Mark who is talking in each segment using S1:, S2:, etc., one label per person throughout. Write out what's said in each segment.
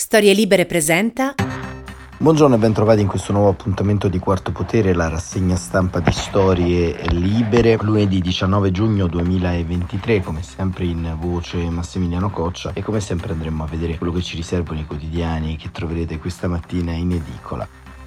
S1: Storie Libere presenta.
S2: Buongiorno e bentrovati in questo nuovo appuntamento di Quarto Potere, la rassegna stampa di Storie Libere, lunedì 19 giugno 2023, come sempre in voce Massimiliano Coccia, e come sempre andremo a vedere quello che ci riservano i quotidiani che troverete questa mattina in edicola.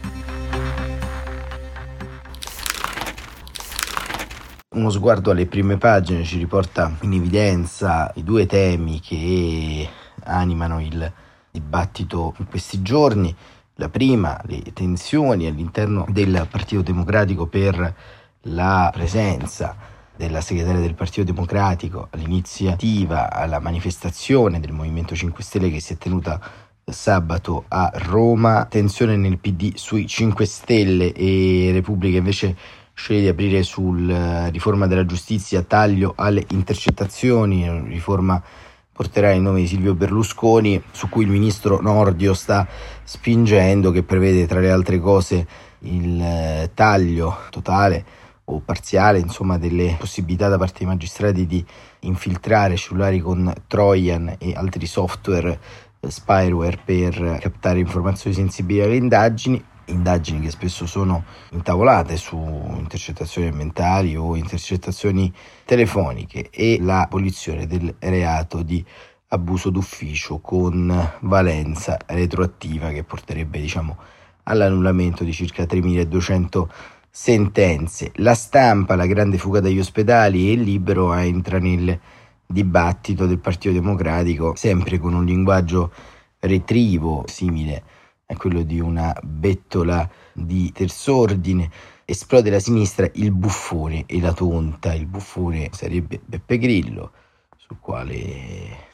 S2: Uno sguardo alle prime pagine ci riporta in evidenza i due temi che animano il dibattito in questi giorni. La prima, le tensioni all'interno del Partito Democratico per la presenza della segretaria del Partito Democratico all'iniziativa, alla manifestazione del Movimento 5 Stelle che si è tenuta sabato a Roma. Tensione nel PD sui 5 Stelle e Repubblica invece sceglie di aprire sul riforma della giustizia, taglio alle intercettazioni, riforma porterà il nome di Silvio Berlusconi, su cui il ministro Nordio sta spingendo, che prevede tra le altre cose il taglio totale o parziale, insomma, delle possibilità da parte dei magistrati di infiltrare cellulari con Trojan e altri software spyware per captare informazioni sensibili alle indagini che spesso sono intavolate su intercettazioni ambientali o intercettazioni telefoniche, e l'abolizione del reato di abuso d'ufficio con valenza retroattiva che porterebbe, all'annullamento di circa 3.200 sentenze. La Stampa, la grande fuga dagli ospedali, e il Libero entra nel dibattito del Partito Democratico sempre con un linguaggio retrivo simile a quello di una bettola di terz'ordine. Esplode la sinistra il buffone e la tonta. Il buffone sarebbe Beppe Grillo, sul quale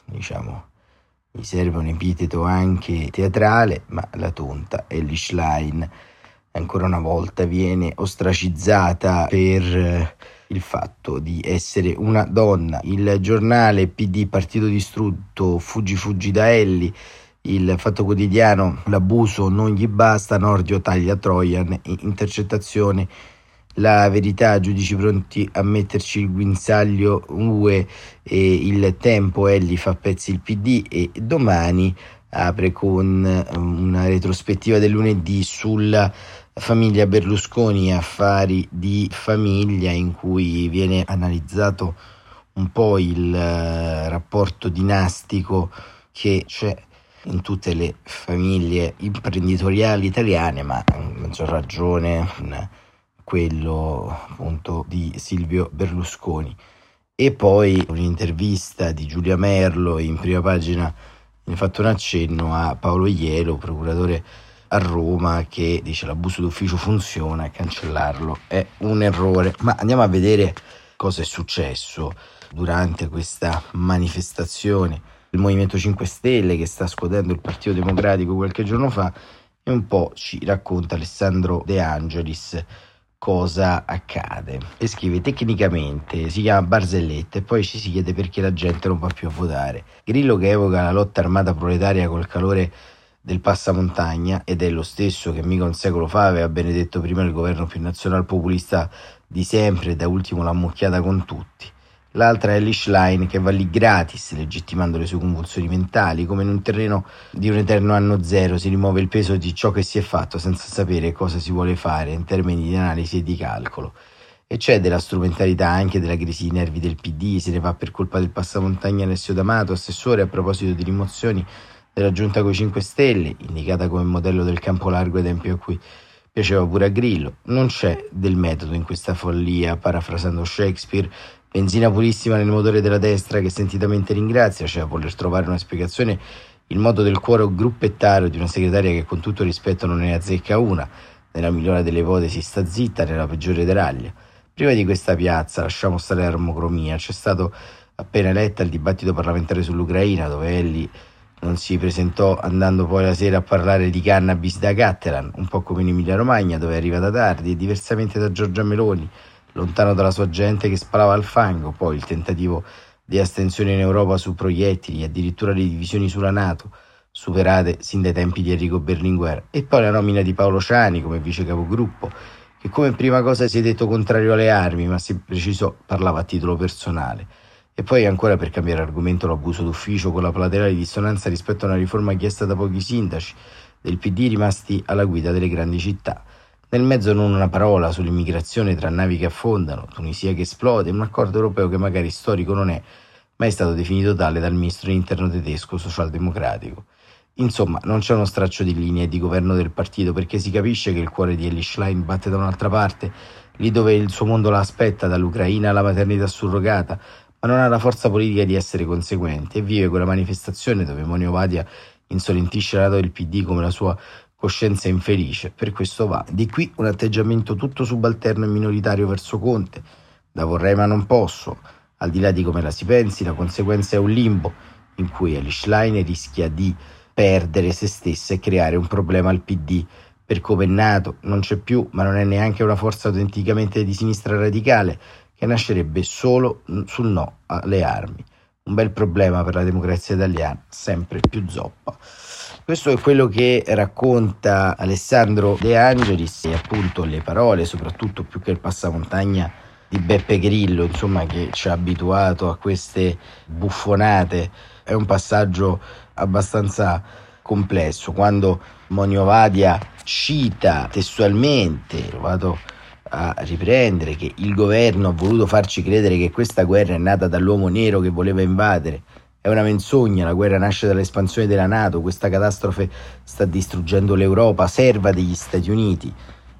S2: gli serve un epiteto anche teatrale, ma la tonta è Elly Schlein. Ancora una volta viene ostracizzata per il fatto di essere una donna. Il Giornale, PD, partito distrutto, fuggi da Elly. Il Fatto Quotidiano, l'abuso non gli basta, Nordio taglia Trojan, intercettazione. La Verità, giudici pronti a metterci il guinzaglio UE, e Il Tempo, Elly fa pezzi il PD, e Domani apre con una retrospettiva del lunedì sulla famiglia Berlusconi, affari di famiglia, in cui viene analizzato un po' il rapporto dinastico che c'è in tutte le famiglie imprenditoriali italiane, ma a maggior ragione quello appunto di Silvio Berlusconi. E poi un'intervista di Giulia Merlo, in prima pagina ne fatto un accenno a Paolo Ielo, procuratore a Roma, che dice l'abuso d'ufficio funziona e cancellarlo è un errore. Ma andiamo a vedere cosa è successo durante questa manifestazione il Movimento 5 Stelle, che sta scuotendo il Partito Democratico qualche giorno fa, e un po' ci racconta Alessandro De Angelis cosa accade. E scrive: tecnicamente si chiama barzelletta, e poi ci si chiede perché la gente non va più a votare. Grillo, che evoca la lotta armata proletaria col calore del passamontagna, ed è lo stesso che mica un secolo fa aveva benedetto prima il governo più nazionalpopulista di sempre, e da ultimo l'ha ammucchiata con tutti. L'altra è Elly Schlein, che va lì gratis, legittimando le sue convulsioni mentali. Come in un terreno di un eterno anno zero si rimuove il peso di ciò che si è fatto senza sapere cosa si vuole fare in termini di analisi e di calcolo. E c'è della strumentalità anche della crisi di nervi del PD. Se ne va per colpa del passamontagna Alessio D'Amato, assessore a proposito di rimozioni della giunta coi 5 Stelle, indicata come modello del campo largo ai tempi a cui piaceva pure a Grillo. Non c'è del metodo in questa follia, parafrasando Shakespeare. Benzina purissima nel motore della destra, che sentitamente ringrazia, cioè a voler trovare una spiegazione il modo del cuore gruppettario di una segretaria che, con tutto rispetto, non ne azzecca una. Nella migliore delle ipotesi sta zitta, nella peggiore deraglia. Prima di questa piazza, lasciamo stare l'armocromia, c'è stato appena eletta il dibattito parlamentare sull'Ucraina, dove Elly non si presentò, andando poi la sera a parlare di cannabis da Cattelan, un po' come in Emilia Romagna, dove è arrivata tardi, e diversamente da Giorgia Meloni, lontano dalla sua gente che spalava al fango. Poi il tentativo di astensione in Europa su proiettili, addirittura le divisioni sulla NATO, superate sin dai tempi di Enrico Berlinguer, e poi la nomina di Paolo Ciani come vice capogruppo, che come prima cosa si è detto contrario alle armi, ma si precisò parlava a titolo personale. E poi ancora, per cambiare argomento, l'abuso d'ufficio con la plateale dissonanza rispetto a una riforma chiesta da pochi sindaci del PD rimasti alla guida delle grandi città. Nel mezzo non una parola sull'immigrazione tra navi che affondano, Tunisia che esplode, un accordo europeo che magari storico non è, ma è stato definito tale dal ministro dell'interno tedesco socialdemocratico. Insomma, non c'è uno straccio di linea e di governo del partito, perché si capisce che il cuore di Elly Schlein batte da un'altra parte, lì dove il suo mondo la aspetta, dall'Ucraina alla maternità surrogata, ma non ha la forza politica di essere conseguente e vive quella manifestazione dove Moni Ovadia insolentisce la lato del PD come la sua coscienza infelice. Per questo va. Di qui un atteggiamento tutto subalterno e minoritario verso Conte, da vorrei ma non posso. Al di là di come la si pensi, la conseguenza è un limbo in cui Elly Schlein rischia di perdere se stessa e creare un problema al PD. Per come è nato non c'è più, ma non è neanche una forza autenticamente di sinistra radicale, che nascerebbe solo sul no alle armi. Un bel problema per la democrazia italiana, sempre più zoppa. Questo è quello che racconta Alessandro De Angelis, e appunto le parole, soprattutto più che il passamontagna di Beppe Grillo, insomma, che ci ha abituato a queste buffonate. È un passaggio abbastanza complesso. Quando Moni Ovadia cita testualmente, lo vado a riprendere, che il governo ha voluto farci credere che questa guerra è nata dall'uomo nero che voleva invadere. È una menzogna, la guerra nasce dall'espansione della NATO, questa catastrofe sta distruggendo l'Europa, serva degli Stati Uniti.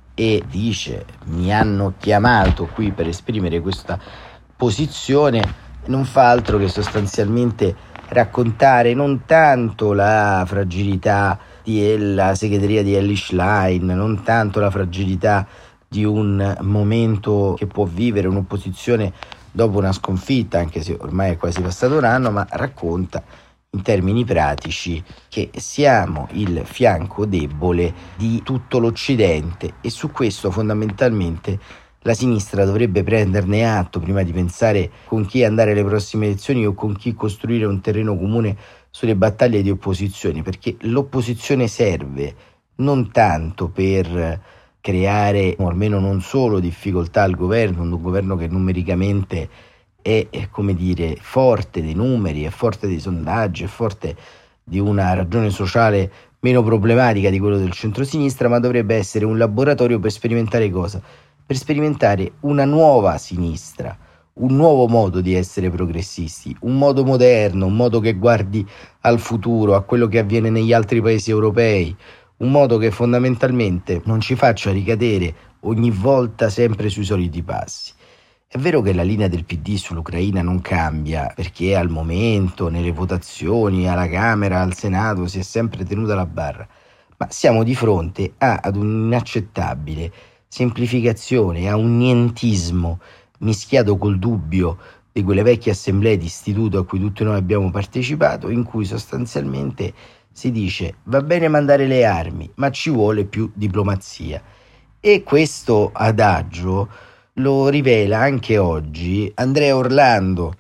S2: E dice: mi hanno chiamato qui per esprimere questa posizione, non fa altro che sostanzialmente raccontare non tanto la fragilità della segreteria di Elly Schlein, non tanto la fragilità di un momento che può vivere un'opposizione dopo una sconfitta, anche se ormai è quasi passato un anno, ma racconta in termini pratici che siamo il fianco debole di tutto l'Occidente, e su questo fondamentalmente la sinistra dovrebbe prenderne atto prima di pensare con chi andare alle prossime elezioni o con chi costruire un terreno comune sulle battaglie di opposizione, perché l'opposizione serve non tanto per creare, o almeno non solo, difficoltà al governo, un governo che numericamente è come dire forte dei numeri, è forte dei sondaggi, è forte di una ragione sociale meno problematica di quello del centrosinistra, ma dovrebbe essere un laboratorio per sperimentare cosa? Per sperimentare una nuova sinistra, un nuovo modo di essere progressisti, un modo moderno, un modo che guardi al futuro, a quello che avviene negli altri paesi europei, un modo che fondamentalmente non ci faccia ricadere ogni volta sempre sui soliti passi. È vero che la linea del PD sull'Ucraina non cambia, perché al momento, nelle votazioni, alla Camera, al Senato, si è sempre tenuta la barra, ma siamo di fronte ad un'inaccettabile semplificazione, a un nientismo mischiato col dubbio di quelle vecchie assemblee di istituto a cui tutti noi abbiamo partecipato, in cui sostanzialmente si dice: va bene mandare le armi, ma ci vuole più diplomazia. E questo adagio lo rivela anche oggi Andrea Orlando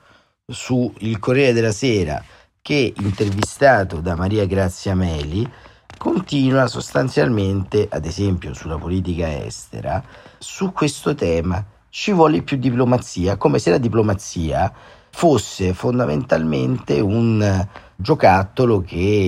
S2: su Il Corriere della Sera, che, intervistato da Maria Grazia Meli, continua sostanzialmente, ad esempio sulla politica estera, su questo tema: ci vuole più diplomazia, come se la diplomazia fosse fondamentalmente un giocattolo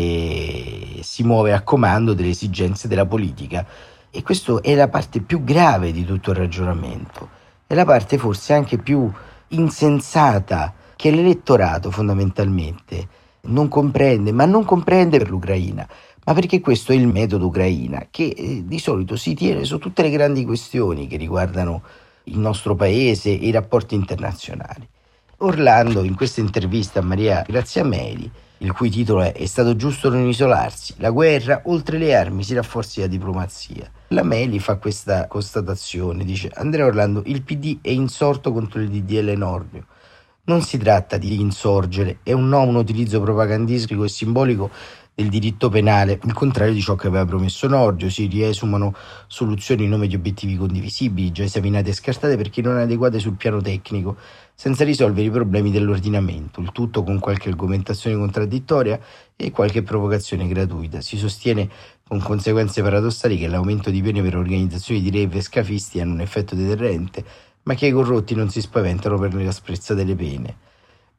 S2: che si muove a comando delle esigenze della politica. E questa è la parte più grave di tutto il ragionamento, è la parte forse anche più insensata, che l'elettorato fondamentalmente non comprende, ma non comprende per l'Ucraina, ma perché questo è il metodo Ucraina, che di solito si tiene su tutte le grandi questioni che riguardano il nostro paese e i rapporti internazionali. Orlando, in questa intervista a Maria Grazia Meli, il cui titolo è stato giusto non isolarsi, la guerra, oltre le armi si rafforzi la diplomazia. La Meli fa questa constatazione, dice: Andrea Orlando, il PD è insorto contro il DDL Nordio. Non si tratta di insorgere, è un utilizzo propagandistico e simbolico del diritto penale, il contrario di ciò che aveva promesso Nordio. Si riesumano soluzioni in nome di obiettivi condivisibili, già esaminate e scartate perché non adeguate sul piano tecnico, senza risolvere i problemi dell'ordinamento, il tutto con qualche argomentazione contraddittoria e qualche provocazione gratuita. Si sostiene con conseguenze paradossali che l'aumento di pene per organizzazioni di rave e scafisti hanno un effetto deterrente, ma che i corrotti non si spaventano per l'asprezza delle pene.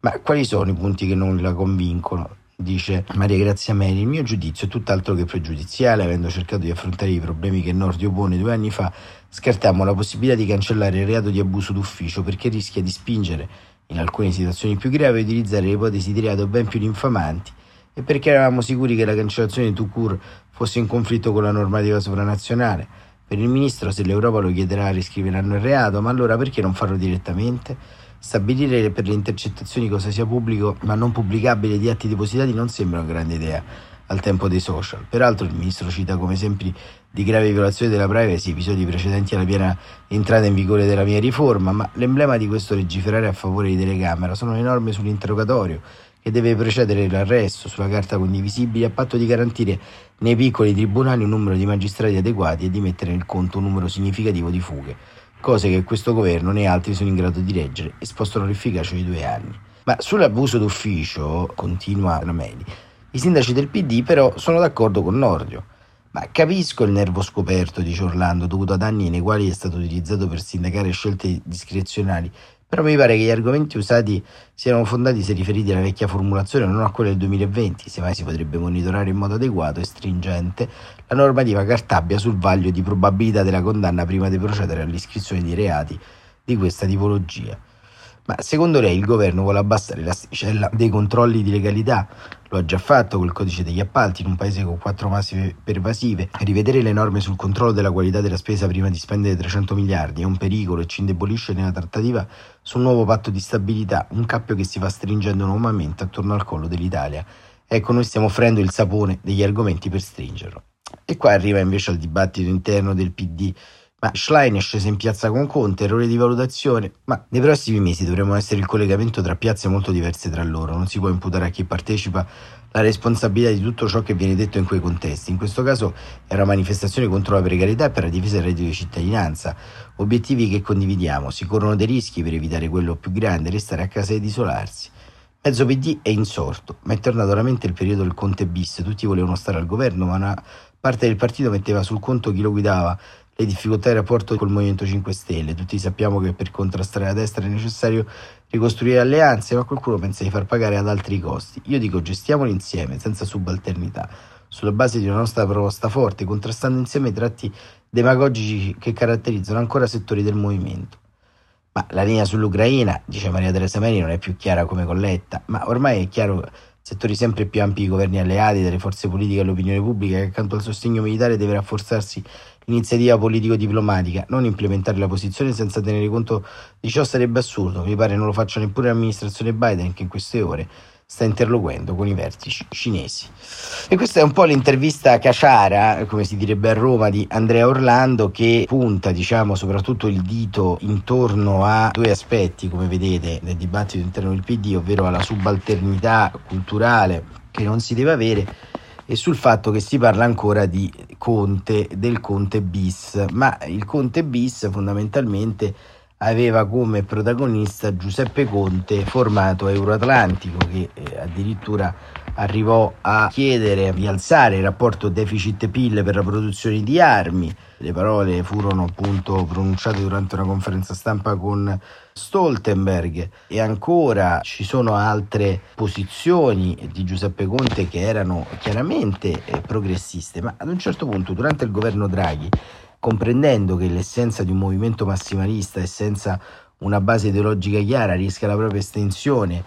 S2: Ma quali sono i punti che non la convincono? Dice Maria Grazia Meli: il mio giudizio è tutt'altro che pregiudiziale. Avendo cercato di affrontare i problemi che Nordio pone 2 anni fa, scartammo la possibilità di cancellare il reato di abuso d'ufficio perché rischia di spingere, in alcune situazioni più gravi, a utilizzare le ipotesi di reato ben più infamanti, e perché eravamo sicuri che la cancellazione tout court fosse in conflitto con la normativa sovranazionale. Per il ministro, se l'Europa lo chiederà, riscriveranno il reato, ma allora perché non farlo direttamente? Stabilire per le intercettazioni cosa sia pubblico ma non pubblicabile di atti depositati non sembra una grande idea al tempo dei social. Peraltro il ministro cita come esempi di grave violazione della privacy episodi precedenti alla piena entrata in vigore della mia riforma, ma l'emblema di questo legiferare a favore di telecamera sono le norme sull'interrogatorio, che deve precedere l'arresto, sulla carta condivisibile, a patto di garantire nei piccoli tribunali un numero di magistrati adeguati e di mettere nel conto un numero significativo di fughe, cose che questo governo né altri sono in grado di reggere e spostano l'efficacia di 2 anni. Ma sull'abuso d'ufficio, continua la Meli, i sindaci del PD però sono d'accordo con Nordio. Ma capisco il nervo scoperto, dice Orlando, dovuto ad anni nei quali è stato utilizzato per sindacare scelte discrezionali, però mi pare che gli argomenti usati siano fondati se riferiti alla vecchia formulazione, non a quella del 2020. Semmai si potrebbe monitorare in modo adeguato e stringente la normativa cartabia sul vaglio di probabilità della condanna prima di procedere all'iscrizione di reati di questa tipologia. Ma secondo lei il governo vuole abbassare l'asticella dei controlli di legalità? Lo ha già fatto col codice degli appalti in un paese con 4 massime pervasive. Rivedere le norme sul controllo della qualità della spesa prima di spendere 300 miliardi è un pericolo e ci indebolisce nella trattativa sul nuovo patto di stabilità, un cappio che si va stringendo nuovamente attorno al collo dell'Italia. Ecco, noi stiamo offrendo il sapone degli argomenti per stringerlo. E qua arriva invece al dibattito interno del PD. Ma Schlein è scesa in piazza con Conte, errore di valutazione, ma nei prossimi mesi dovremo essere il collegamento tra piazze molto diverse tra loro. Non si può imputare a chi partecipa la responsabilità di tutto ciò che viene detto in quei contesti. In questo caso è una manifestazione contro la precarietà e per la difesa del reddito di cittadinanza, obiettivi che condividiamo. Si corrono dei rischi per evitare quello più grande, restare a casa ed isolarsi. Mezzo PD è insorto, ma è tornato alla mente il periodo del Conte bis. Tutti volevano stare al governo, ma una parte del partito metteva sul conto chi lo guidava le difficoltà di rapporto col Movimento 5 Stelle. Tutti sappiamo che per contrastare la destra è necessario ricostruire alleanze, ma qualcuno pensa di far pagare ad altri costi. Io dico gestiamoli insieme, senza subalternità, sulla base di una nostra proposta forte, contrastando insieme i tratti demagogici che caratterizzano ancora settori del movimento. Ma la linea sull'Ucraina, dice Maria Teresa Meli, non è più chiara come con Letta, ma ormai è chiaro settori sempre più ampi di governi alleati, dalle forze politiche all'opinione pubblica, che accanto al sostegno militare deve rafforzarsi l'iniziativa politico-diplomatica. Non implementare la posizione senza tenere conto di ciò sarebbe assurdo. Mi pare non lo faccia neppure l'amministrazione Biden, che in queste ore sta interloquendo con i vertici cinesi. E questa è un po' l'intervista caciara, come si direbbe a Roma, di Andrea Orlando, che punta, diciamo, soprattutto il dito intorno a 2 aspetti, come vedete, nel dibattito interno del PD, ovvero alla subalternità culturale che non si deve avere, e sul fatto che si parla ancora di Conte, del Conte bis, ma il Conte bis fondamentalmente aveva come protagonista Giuseppe Conte, formato euroatlantico, che addirittura arrivò a chiedere di alzare il rapporto deficit-PIL per la produzione di armi. Le parole furono appunto pronunciate durante una conferenza stampa con Stoltenberg. E ancora ci sono altre posizioni di Giuseppe Conte che erano chiaramente progressiste, ma ad un certo punto durante il governo Draghi, comprendendo che l'essenza di un movimento massimalista e senza una base ideologica chiara rischia la propria estensione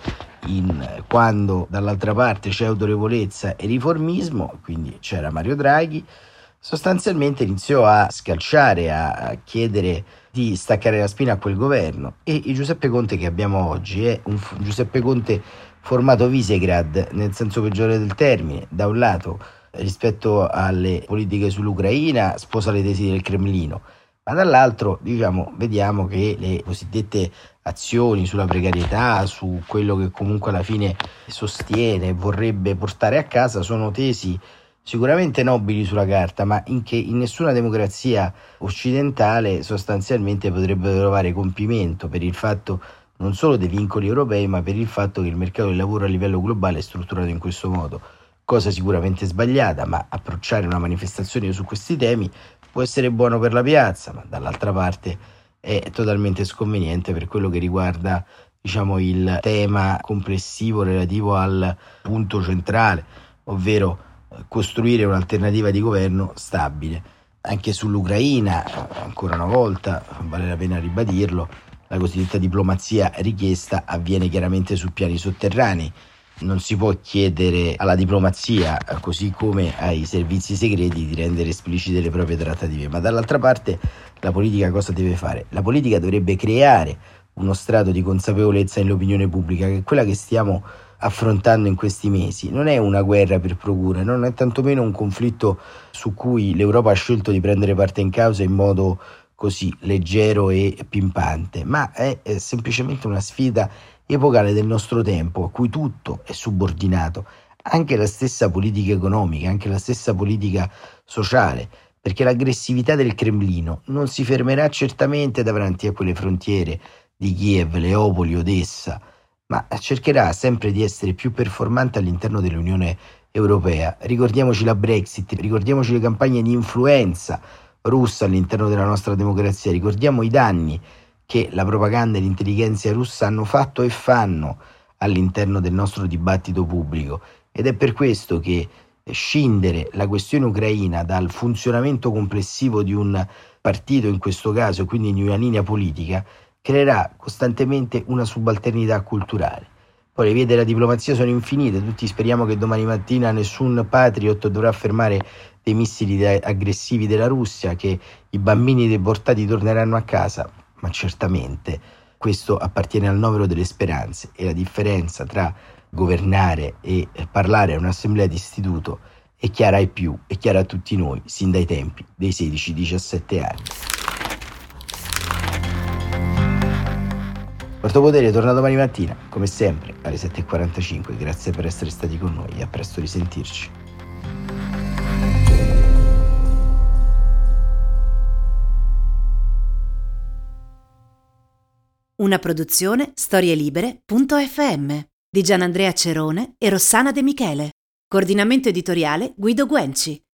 S2: quando dall'altra parte c'è autorevolezza e riformismo, quindi c'era Mario Draghi, sostanzialmente iniziò a scalciare, a chiedere di staccare la spina a quel governo. E il Giuseppe Conte che abbiamo oggi è un Giuseppe Conte formato Visegrad, nel senso peggiore del termine. Da un lato, rispetto alle politiche sull'Ucraina, sposa le tesi del Cremlino, ma dall'altro, diciamo, vediamo che le cosiddette azioni sulla precarietà, su quello che comunque alla fine sostiene e vorrebbe portare a casa, sono tesi sicuramente nobili sulla carta, ma che in nessuna democrazia occidentale sostanzialmente potrebbero trovare compimento, per il fatto non solo dei vincoli europei, ma per il fatto che il mercato del lavoro a livello globale è strutturato in questo modo. Cosa sicuramente sbagliata, ma approcciare una manifestazione su questi temi può essere buono per la piazza, ma dall'altra parte è totalmente sconveniente per quello che riguarda il tema complessivo relativo al punto centrale, ovvero costruire un'alternativa di governo stabile. Anche sull'Ucraina, ancora una volta, vale la pena ribadirlo, la cosiddetta diplomazia richiesta avviene chiaramente su piani sotterranei. Non si può chiedere alla diplomazia, così come ai servizi segreti, di rendere esplicite le proprie trattative, ma dall'altra parte la politica cosa deve fare? La politica dovrebbe creare uno strato di consapevolezza nell'opinione pubblica che quella che stiamo affrontando in questi mesi non è una guerra per procura, non è tantomeno un conflitto su cui l'Europa ha scelto di prendere parte in causa in modo così leggero e pimpante, ma è semplicemente una sfida epocale del nostro tempo, a cui tutto è subordinato, anche la stessa politica economica, anche la stessa politica sociale, perché l'aggressività del Cremlino non si fermerà certamente davanti a quelle frontiere di Kiev, Leopoli, Odessa, ma cercherà sempre di essere più performante all'interno dell'Unione Europea. Ricordiamoci la Brexit, ricordiamoci le campagne di influenza russa all'interno della nostra democrazia, ricordiamo i danni che la propaganda e l'intelligenza russa hanno fatto e fanno all'interno del nostro dibattito pubblico, ed è per questo che scindere la questione ucraina dal funzionamento complessivo di un partito, in questo caso, quindi di una linea politica, creerà costantemente una subalternità culturale. Poi le vie della diplomazia sono infinite, tutti speriamo che domani mattina nessun Patriot dovrà fermare dei missili aggressivi della Russia, che i bambini deportati torneranno a casa, ma certamente questo appartiene al novero delle speranze, e la differenza tra governare e parlare a un'assemblea di istituto è chiara ai più, è chiara a tutti noi, sin dai tempi dei 16-17 anni. Quarto Potere torna domani mattina, come sempre, alle 7:45. Grazie per essere stati con noi e a presto risentirci.
S1: Una produzione storielibere.fm di Gianandrea Cerone e Rossana De Michele. Coordinamento editoriale Guido Guenci.